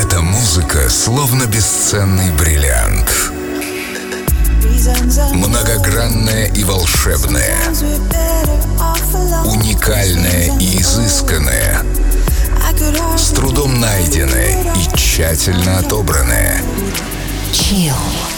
Эта музыка словно бесценный бриллиант. Многогранная и волшебная, уникальная и изысканная, с трудом найденная и тщательно отобранная. Chill.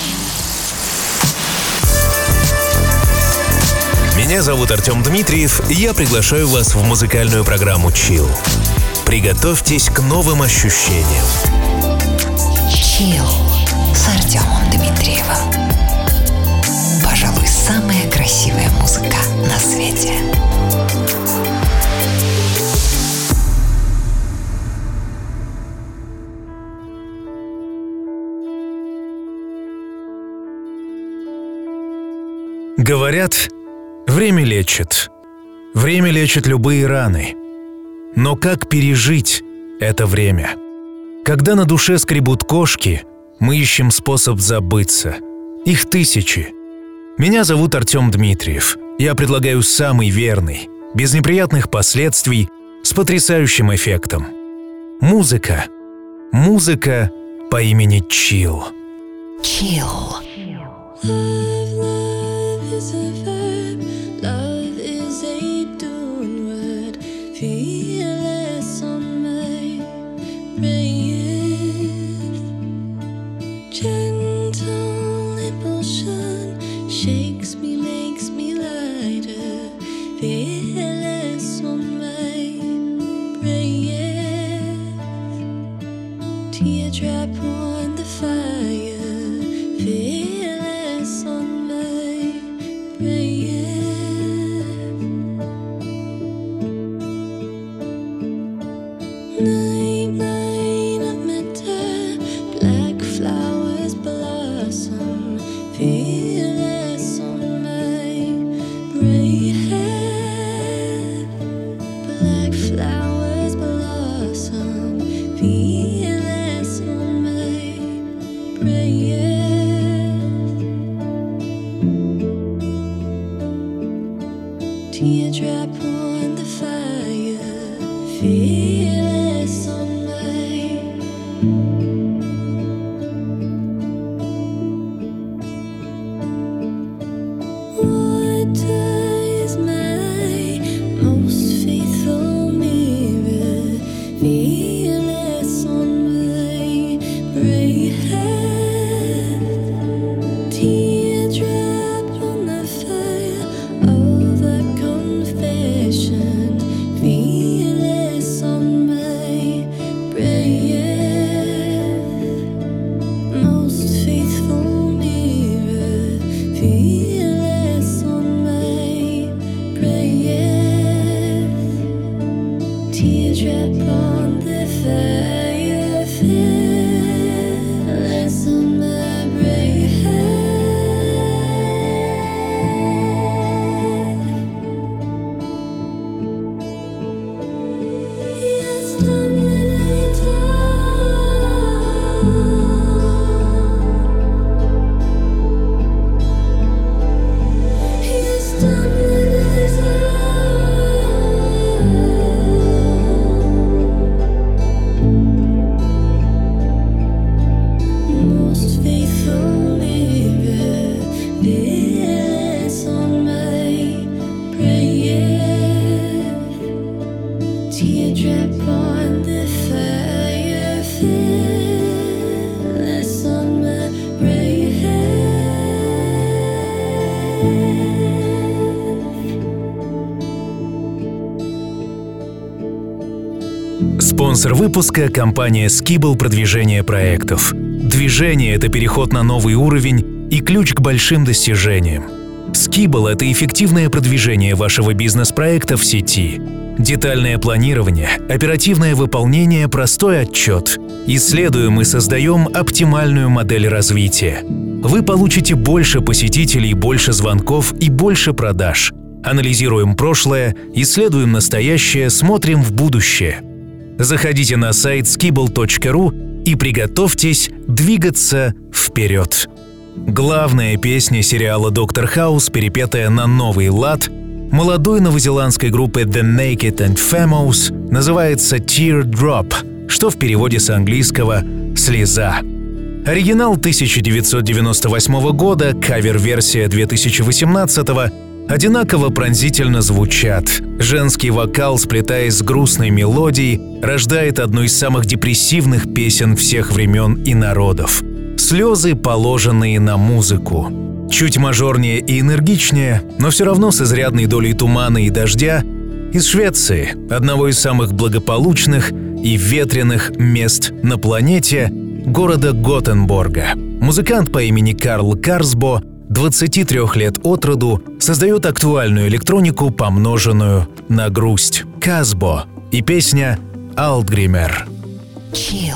Меня зовут Артем Дмитриев, и я приглашаю вас в музыкальную программу Chill. Приготовьтесь к новым ощущениям. Chill с Артемом Дмитриевым. Пожалуй, самая красивая музыка на свете. Говорят, время лечит. Время лечит любые раны. Но как пережить это время? Когда на душе скребут кошки, мы ищем способ забыться. Их тысячи. Меня зовут Артем Дмитриев. Я предлагаю самый верный, без неприятных последствий, с потрясающим эффектом. Музыка. Музыка по имени Chill. Chill. Love is a verb, love is a doing word. Fearless on my breath. Gentle impulsion shakes me, makes me lighter. Fearless on my breath. Teardrop on the fire. Fearless on my breath. Night, night of winter, black flowers blossom. Fearless on my breath. Black flowers blossom. Fearless on my breath. Teardrop on the fire, fearless on my. Water is my most faithful mirror, fearless on my breath. Teardrop on the fire of a confession, fearless on my breath. Most faithful mirror, fearless on my breath. Teardrop on the fire, fearless on my breath. Yes, most faithful mirror, fearless on my breath. Teardrop on the fire, fearless on my breath. Спонсор выпуска – компания Skibble продвижение проектов. Движение – это переход на новый уровень и ключ к большим достижениям. Skibble – это эффективное продвижение вашего бизнес-проекта в сети. Детальное планирование, оперативное выполнение, простой отчет. Исследуем и создаем оптимальную модель развития. Вы получите больше посетителей, больше звонков и больше продаж. Анализируем прошлое, исследуем настоящее, смотрим в будущее. Заходите на сайт skibble.ru и приготовьтесь двигаться вперед. Главная песня сериала «Доктор Хаус», перепетая на новый лад, молодой новозеландской группы The Naked and Famous, называется «Teardrop», что в переводе с английского «Слеза». Оригинал 1998 года, кавер-версия 2018 одинаково пронзительно звучат. Женский вокал, сплетаясь с грустной мелодией, рождает одну из самых депрессивных песен всех времен и народов. Слезы, положенные на музыку. Чуть мажорнее и энергичнее, но все равно с изрядной долей тумана и дождя, из Швеции, одного из самых благополучных и ветреных мест на планете, города Готенборга. Музыкант по имени Карл Карсбо, 23 лет от роду, создает актуальную электронику, помноженную на грусть. Казбо и песня «Алдгример». Chill.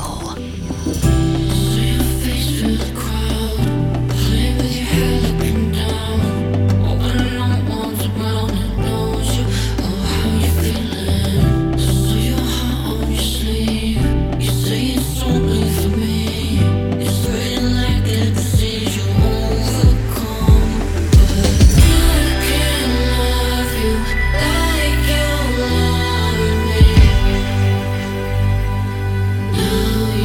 Now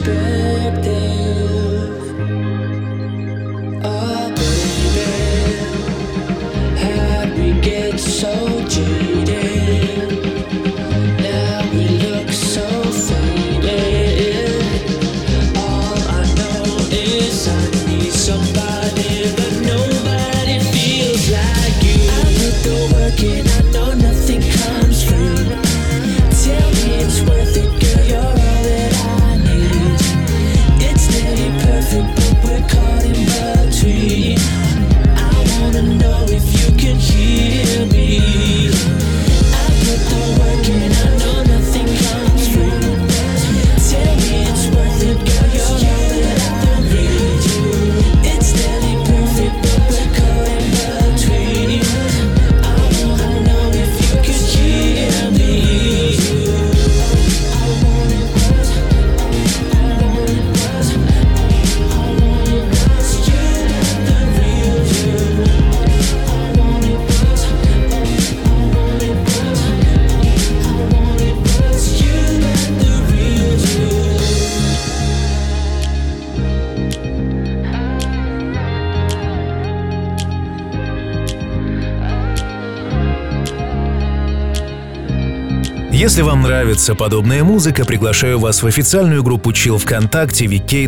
Если вам нравится подобная музыка, приглашаю вас в официальную группу Chill ВКонтакте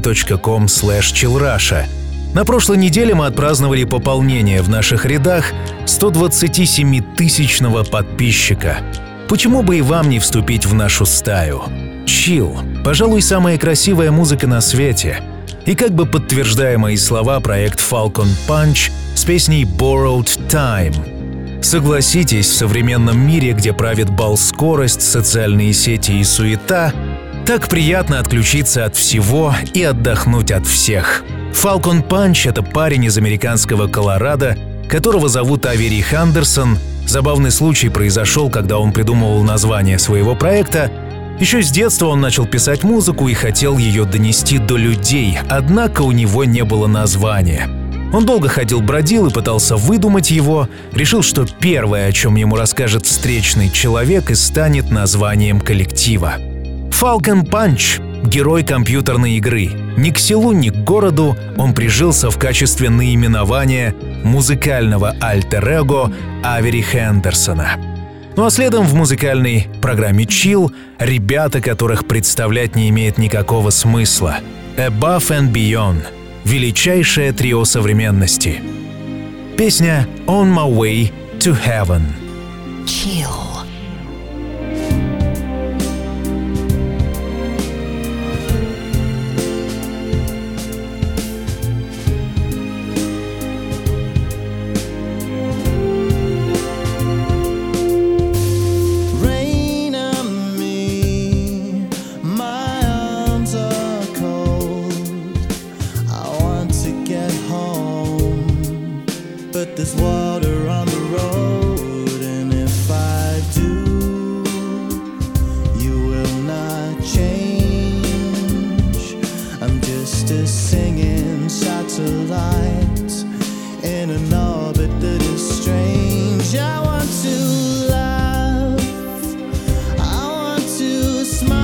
vk.com/chillrusha. На прошлой неделе мы отпраздновали пополнение в наших рядах 127-тысячного подписчика. Почему бы и вам не вступить в нашу стаю? Chill — пожалуй, самая красивая музыка на свете. И как бы подтверждая мои слова, проект Falcon Punch с песней Borrowed Time. Согласитесь, в современном мире, где правит бал скорость, социальные сети и суета, так приятно отключиться от всего и отдохнуть от всех. Falcon Punch — это парень из американского Колорадо, которого зовут Авери Хендерсон. Забавный случай произошел, когда он придумывал название своего проекта. Еще с детства он начал писать музыку и хотел ее донести до людей, однако у него не было названия. Он долго ходил-бродил и пытался выдумать его, решил, что первое, о чем ему расскажет встречный человек, и станет названием коллектива. Falcon Punch — герой компьютерной игры. Ни к селу, ни к городу он прижился в качестве наименования музыкального альтер-эго Авери Хендерсона. Ну а следом в музыкальной программе Chill ребята, которых представлять не имеет никакого смысла. Above and Beyond — величайшее трио современности. Песня On My Way to Heaven. Chill. There's water on the road, and if I do, you will not change. I'm just a singing satellite in an orbit that is strange. I want to laugh, I want to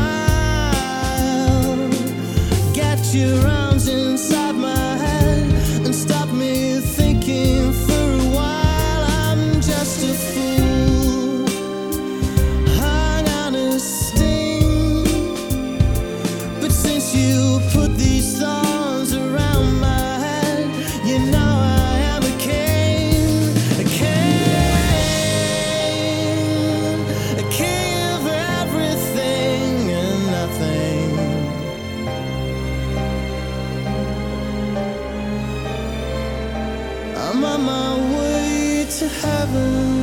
smile, get your arms inside my head and stop me thinking for just a fool, hung on a sting. But since you put these thorns around my head, you know I am a king, a king, a king of everything and nothing. I'm on my way to heaven.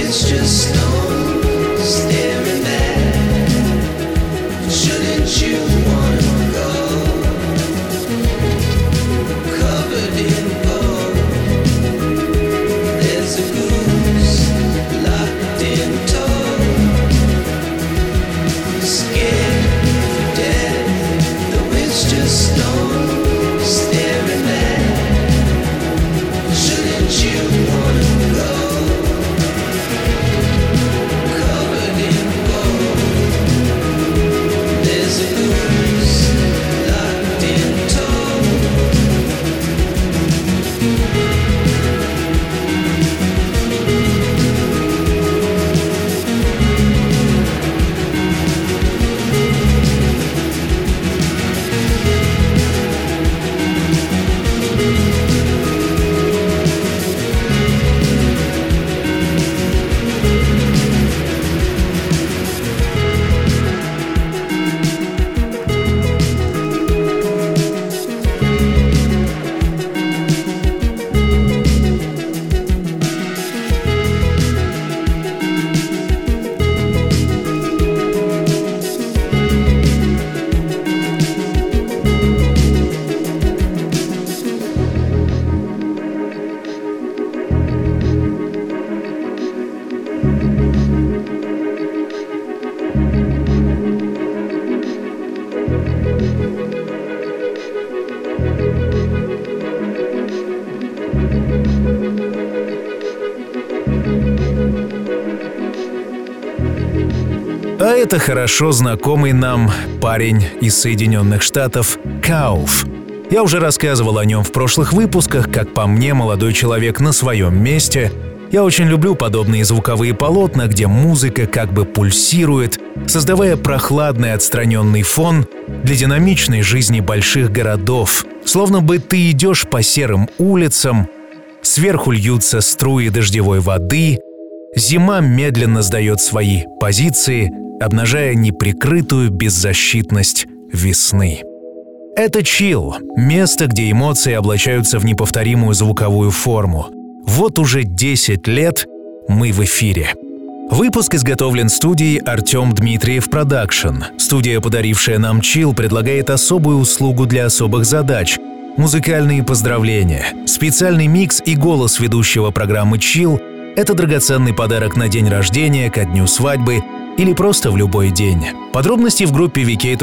А это хорошо знакомый нам парень из Соединенных Штатов Кауф. Я уже рассказывал о нем в прошлых выпусках, как по мне, молодой человек на своем месте. Я очень люблю подобные звуковые полотна, где музыка как бы пульсирует, создавая прохладный отстраненный фон для динамичной жизни больших городов. Словно бы ты идешь по серым улицам, сверху льются струи дождевой воды, зима медленно сдает свои позиции, обнажая неприкрытую беззащитность весны. Это Chill — место, где эмоции облачаются в неповторимую звуковую форму. Вот уже 10 лет мы в эфире. Выпуск изготовлен студией Артем Дмитриев Продакшн. Студия, подарившая нам Chill, предлагает особую услугу для особых задач — музыкальные поздравления. Специальный микс и голос ведущего программы Chill — это драгоценный подарок на день рождения, ко дню свадьбы или просто в любой день. Подробности в группе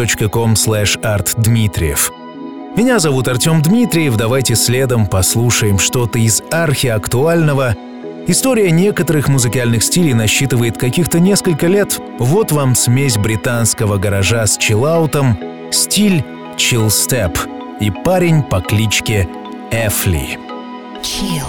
vk.com/artdmitriev. Меня зовут Артем Дмитриев, давайте следом послушаем что-то из архиактуального. История некоторых музыкальных стилей насчитывает каких-то несколько лет. Вот вам смесь британского гаража с чиллаутом, стиль чиллстеп и парень по кличке Эфли. Chill.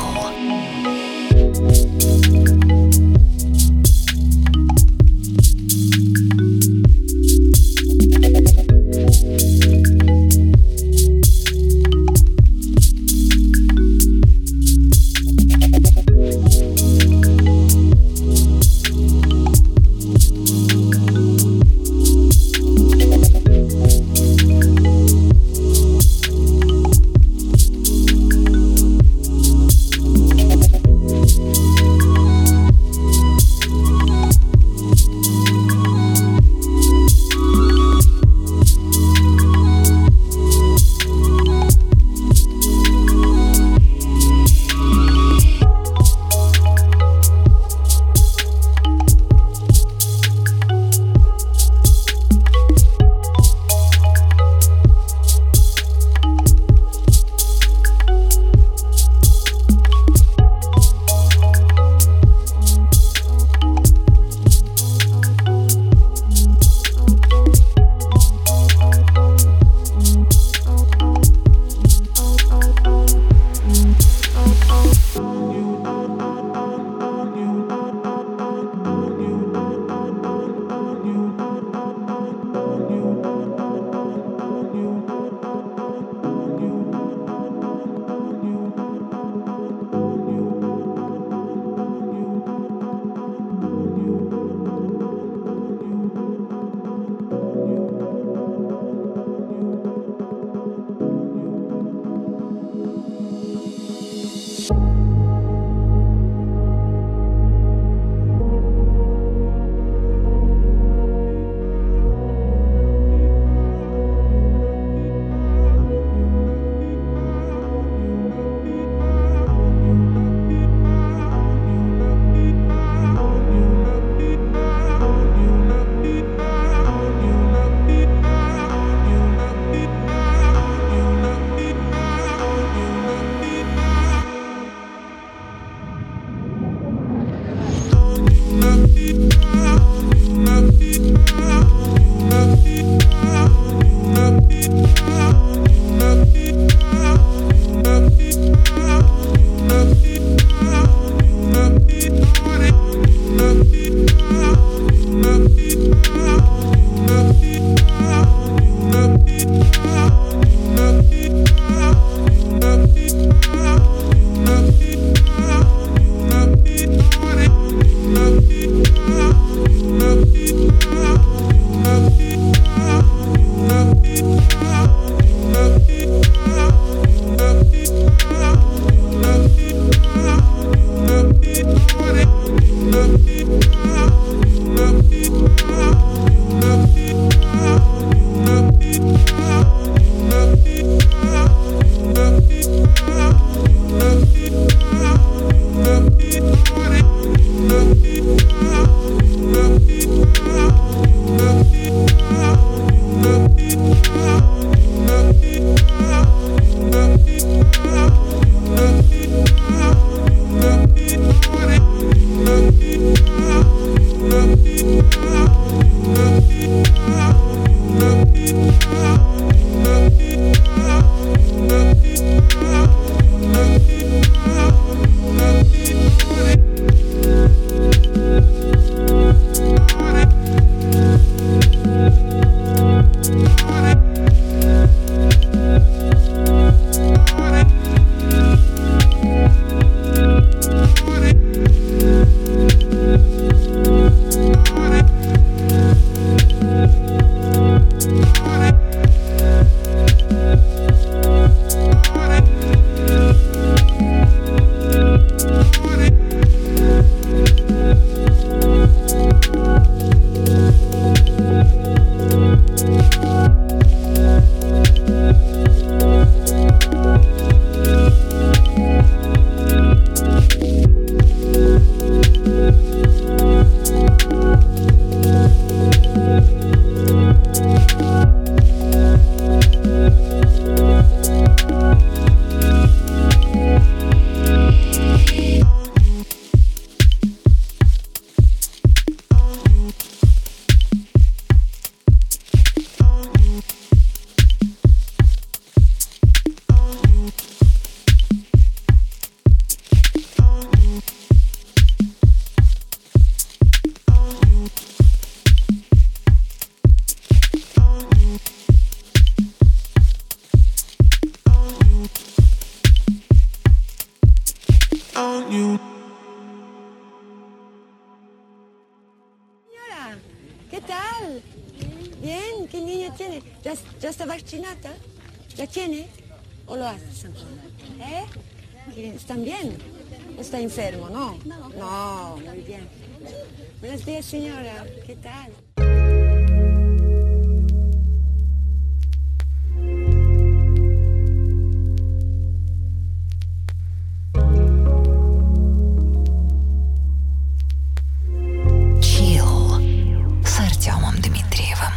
¿Qué tal? Bien, ¿qué niña tiene? ¿Ya está vacunada? ¿Ya tiene? ¿O lo hace? ¿Están bien? ¿O está enfermo? No. No, muy bien. Buenos días, señora. ¿Qué tal? С Артемом Дмитриевым.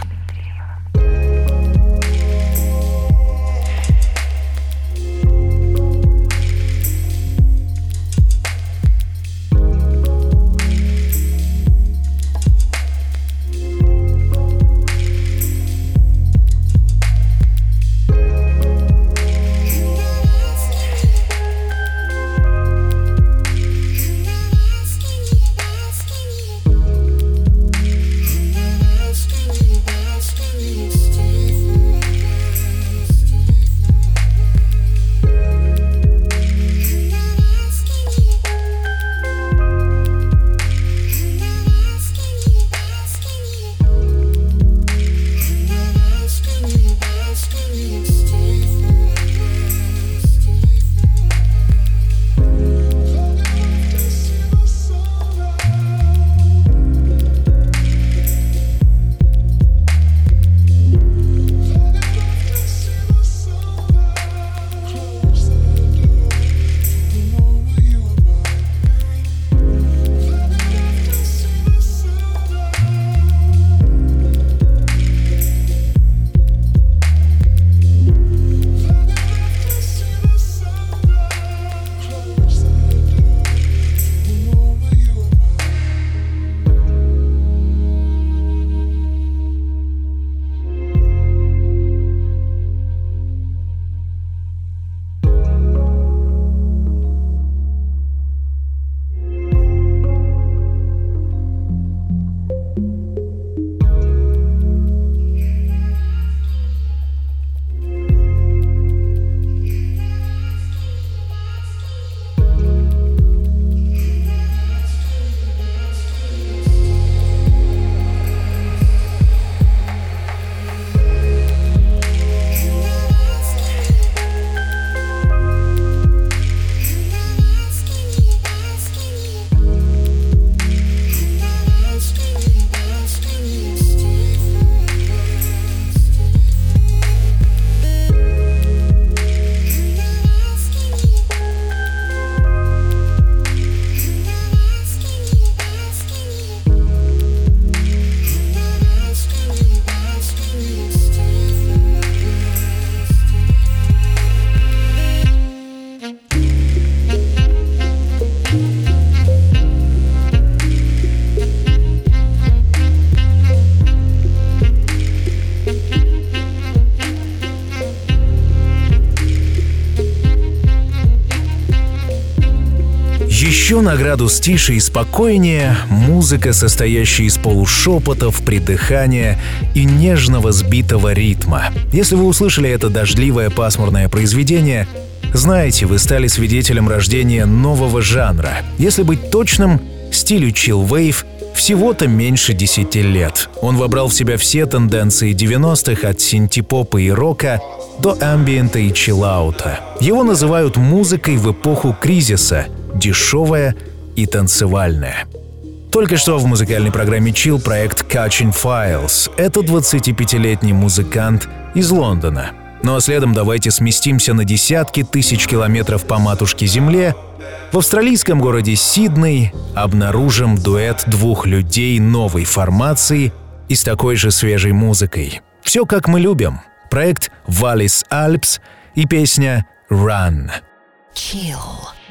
Все на градус тише и спокойнее, музыка, состоящая из полушепотов, придыхания и нежного сбитого ритма. Если вы услышали это дождливое пасмурное произведение, знаете, вы стали свидетелем рождения нового жанра. Если быть точным, стилю чилл-вейв всего-то меньше 10 лет. Он вобрал в себя все тенденции 90-х от синти-попа и рока до амбиента и чиллаута. Его называют музыкой в эпоху кризиса, дешевая и танцевальная. Только что в музыкальной программе Chill проект Catching Files. Это 25-летний музыкант из Лондона. Ну а следом давайте сместимся на десятки тысяч километров по матушке Земле. В австралийском городе Сидней обнаружим дуэт двух людей новой формации и с такой же свежей музыкой. Все как мы любим. Проект Wallis Alps и песня Run. Chill.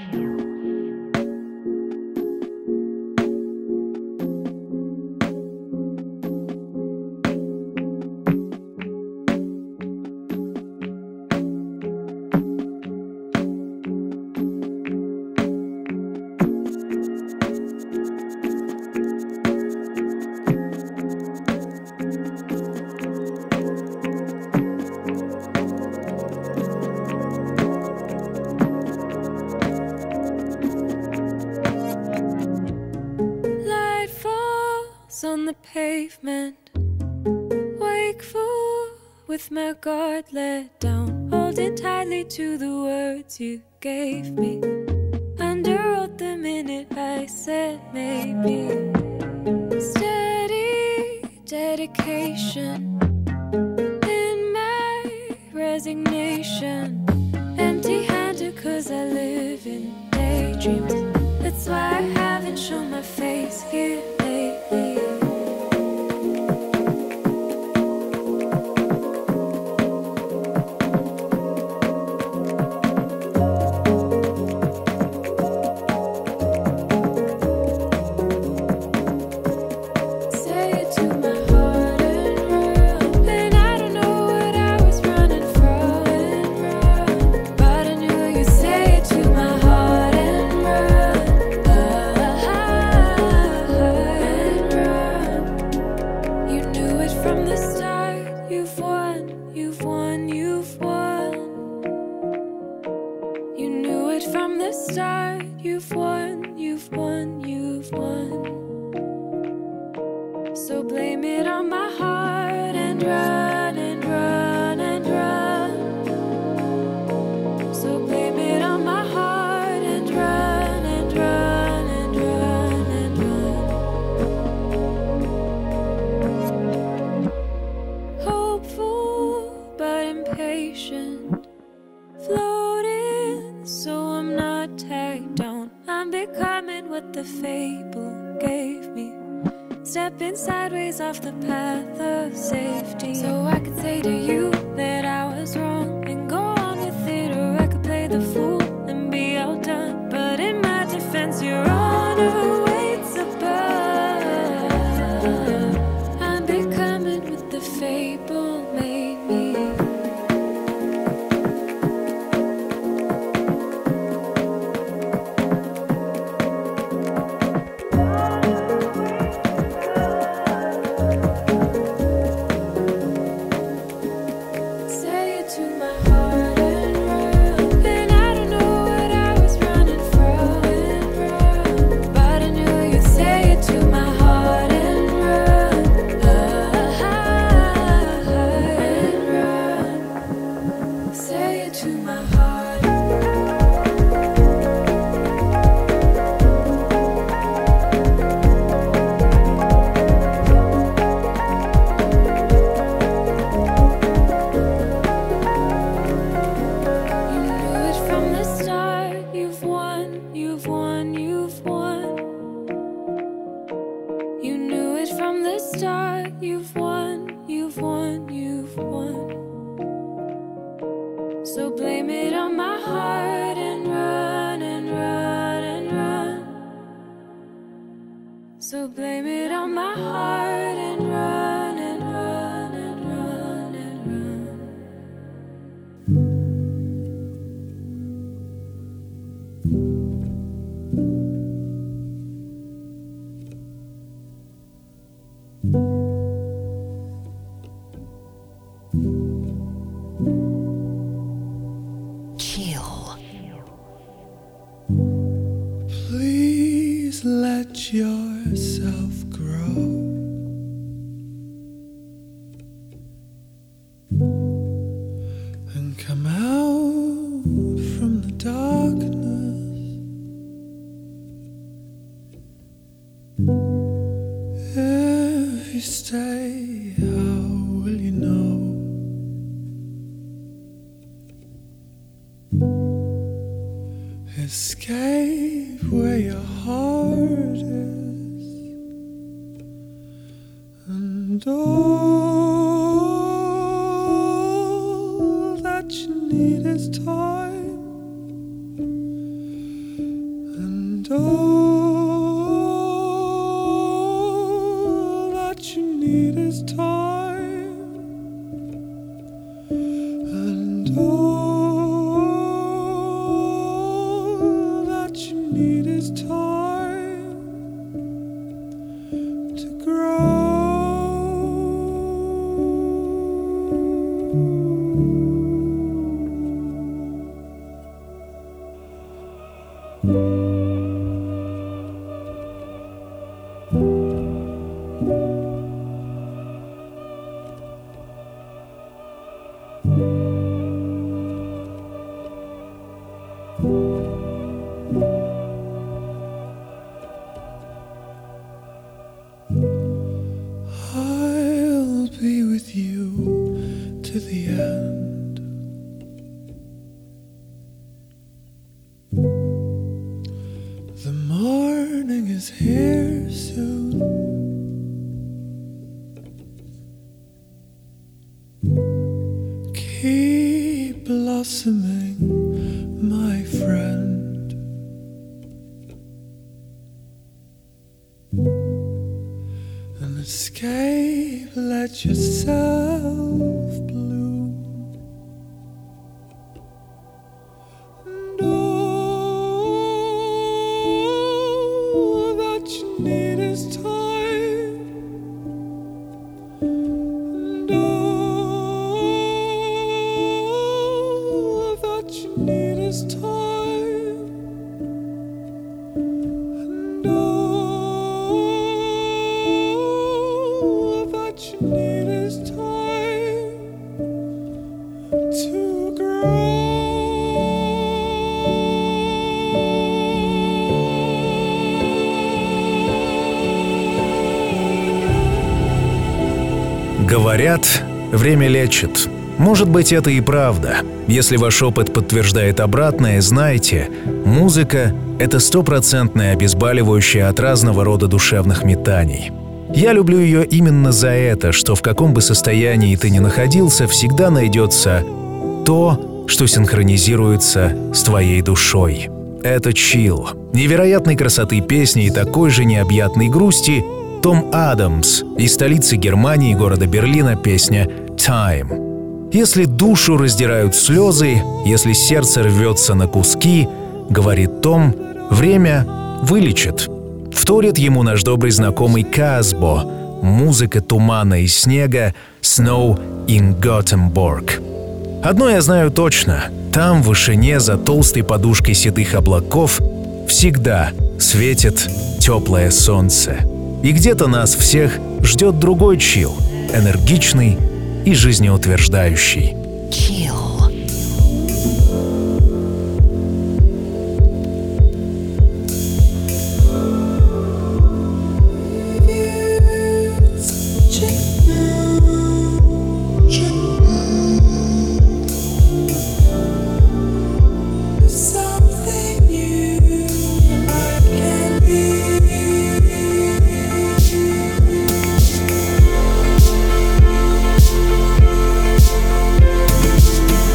On the pavement, wakeful with my guard let down, holding tightly to the words you gave me. Underwrote the minute I said maybe. Steady dedication in my resignation, empty-handed 'cause I live in daydreams. That's why I haven't shown my face here lately. What the fable gave me, stepping sideways off the path of safety. So I could say to you that I was wrong and go on with it, or I could play the fool and be outdone. But in my defense, your honor waits above. I'm becoming what the fable made me. So blame it on my heart and run and run and run. So blame it on my heart and run and run and run and run. you stay, how will you know? Escape where your heart is, and all that you need is time, and all that you need is time, and all need is time to grow. I'll be with you to the end. The morning is here soon. Keep blossoming, my friend. And escape, let yourself bloom. And all that you need is time. And all that you need is time. And all that you need is time to grow. Говорят, время лечит. Может быть, это и правда. Если ваш опыт подтверждает обратное, знайте, музыка — это 100% обезболивающее от разного рода душевных метаний. Я люблю ее именно за это, что в каком бы состоянии ты ни находился, всегда найдется то, что синхронизируется с твоей душой. Это чилл. Невероятной красоты песни и такой же необъятной грусти Том Адамс из столицы Германии, города Берлина, песня «Time». Если душу раздирают слезы, если сердце рвется на куски, говорит Том, время вылечит. Вторит ему наш добрый знакомый Казбо, музыка тумана и снега, «Snow in Gothenburg». Одно я знаю точно, там, в вышине, за толстой подушкой седых облаков, всегда светит теплое солнце. И где-то нас всех ждет другой чилл, энергичный и жизнеутверждающий. Chill. Something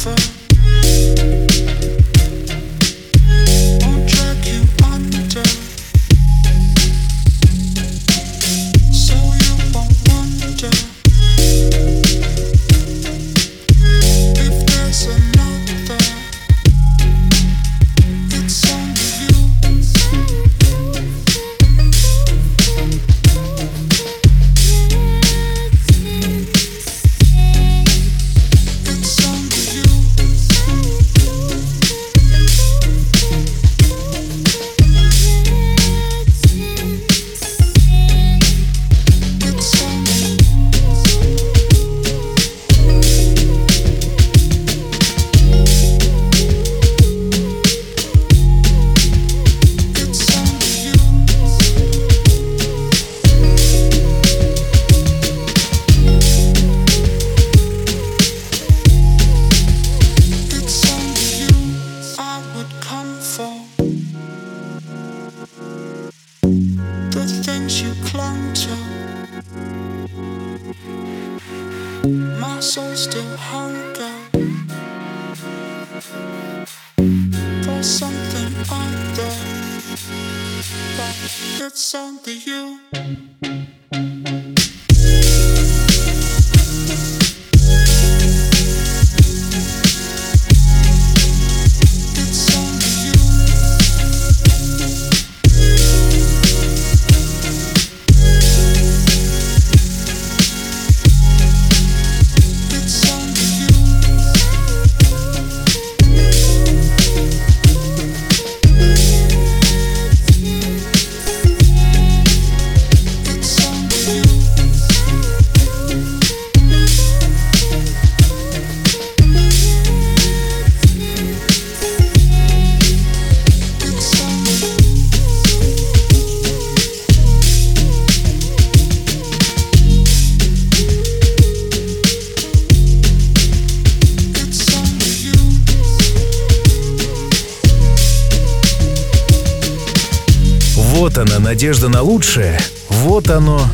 Вот она, надежда на лучшее. Вот оно,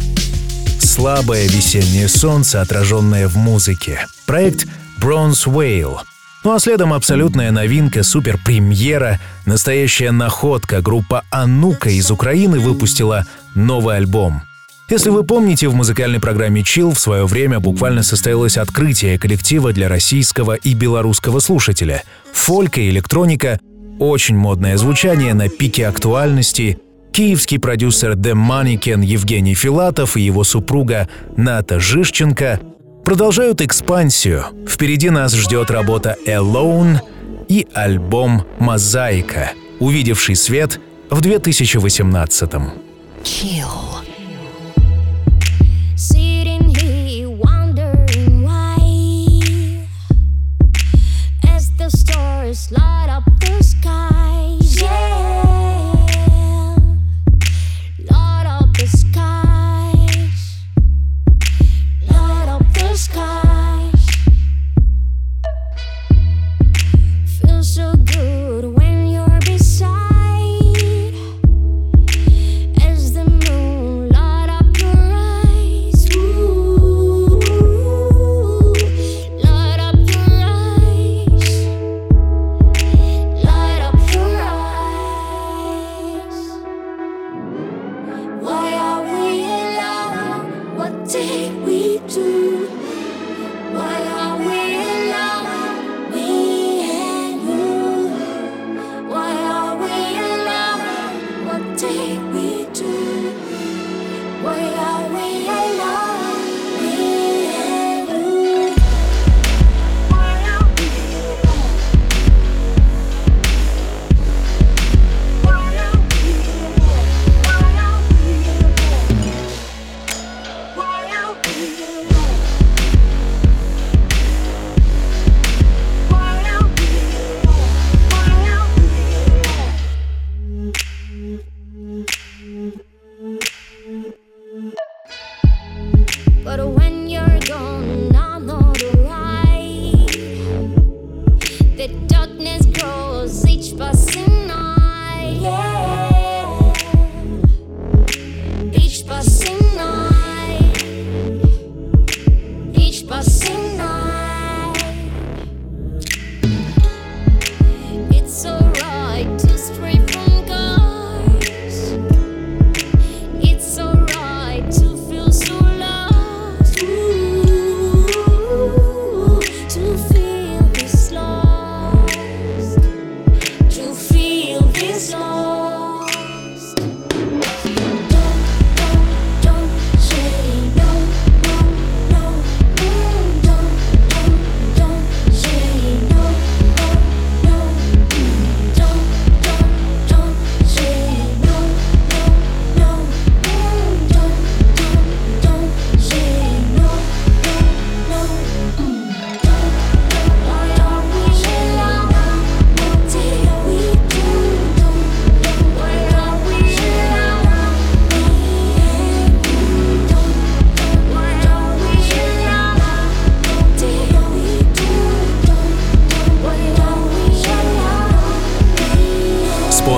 слабое весеннее солнце, отраженное в музыке. Проект Bronze Whale. Ну а следом абсолютная новинка, супер-премьера, настоящая находка. Группа Анука из Украины выпустила новый альбом. Если вы помните, в музыкальной программе Chill в свое время буквально состоялось открытие коллектива для российского и белорусского слушателя. Фольк и электроника, очень модное звучание на пике актуальности. Киевский продюсер The Mannequin Евгений Филатов и его супруга Ната Жишченко продолжают экспансию. Впереди нас ждет работа Alone и альбом Мозаика, увидевший свет в 2018-м. Chill. Sitting here wondering why, as the stars light up the skies, yeah, light up the skies, light up the skies. Feels so good when you're beside, as the moon light up your eyes. Ooh.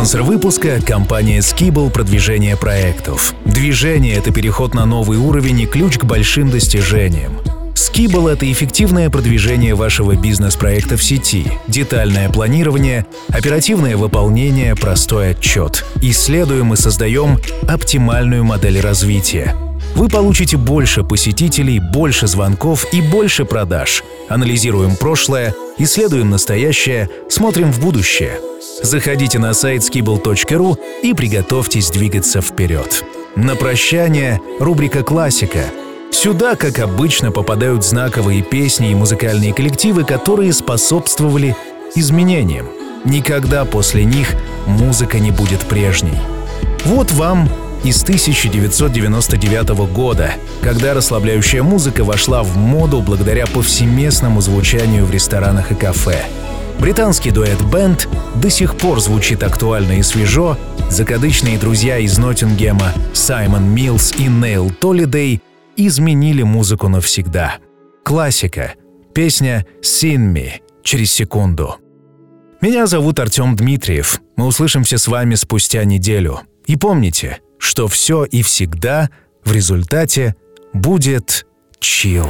Спонсор выпуска – компания Skibble продвижение проектов. Движение – это переход на новый уровень и ключ к большим достижениям. Skibble — это эффективное продвижение вашего бизнес-проекта в сети, детальное планирование, оперативное выполнение, простой отчет. Исследуем и создаем оптимальную модель развития. Вы получите больше посетителей, больше звонков и больше продаж. Анализируем прошлое, исследуем настоящее, смотрим в будущее. Заходите на сайт skibble.ru и приготовьтесь двигаться вперед. На прощание рубрика «Классика». Сюда, как обычно, попадают знаковые песни и музыкальные коллективы, которые способствовали изменениям. Никогда после них музыка не будет прежней. Вот вам из 1999 года, когда расслабляющая музыка вошла в моду благодаря повсеместному звучанию в ресторанах и кафе. Британский дуэт Band до сих пор звучит актуально и свежо. Закадычные друзья из Ноттингема Саймон Милс и Нейл Толлидей изменили музыку навсегда. Классика. Песня «Seen Me» через секунду. Меня зовут Артем Дмитриев. Мы услышимся с вами спустя неделю. И помните, что все и всегда в результате будет chill.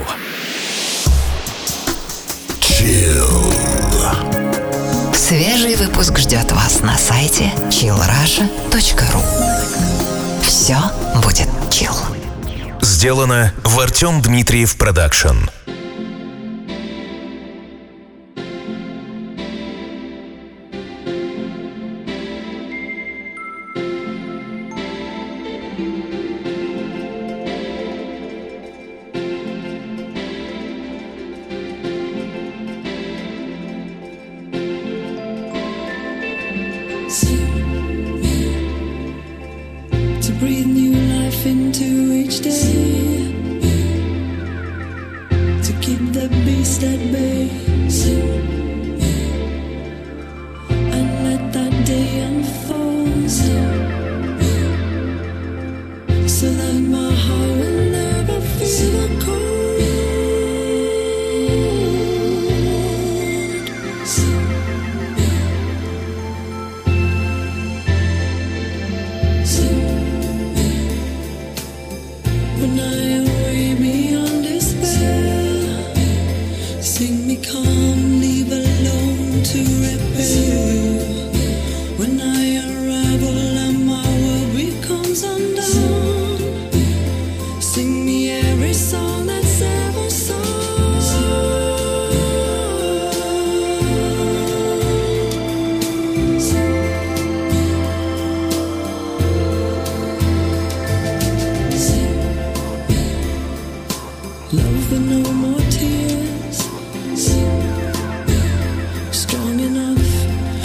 Chill. Свежий выпуск ждет вас на сайте chillrusha.ru. Все будет chill. Сделано в Артем Дмитриев Продакшн. To breathe new life into each day, to keep the beast at bay, and let that day unfold, so that my heart will never feel the cold. When I away beyond despair, sing me calm, leave alone to repair. When I unravel and my world becomes undone, sing me every song that's ever sung. Love with no more tears, strong enough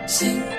Sing.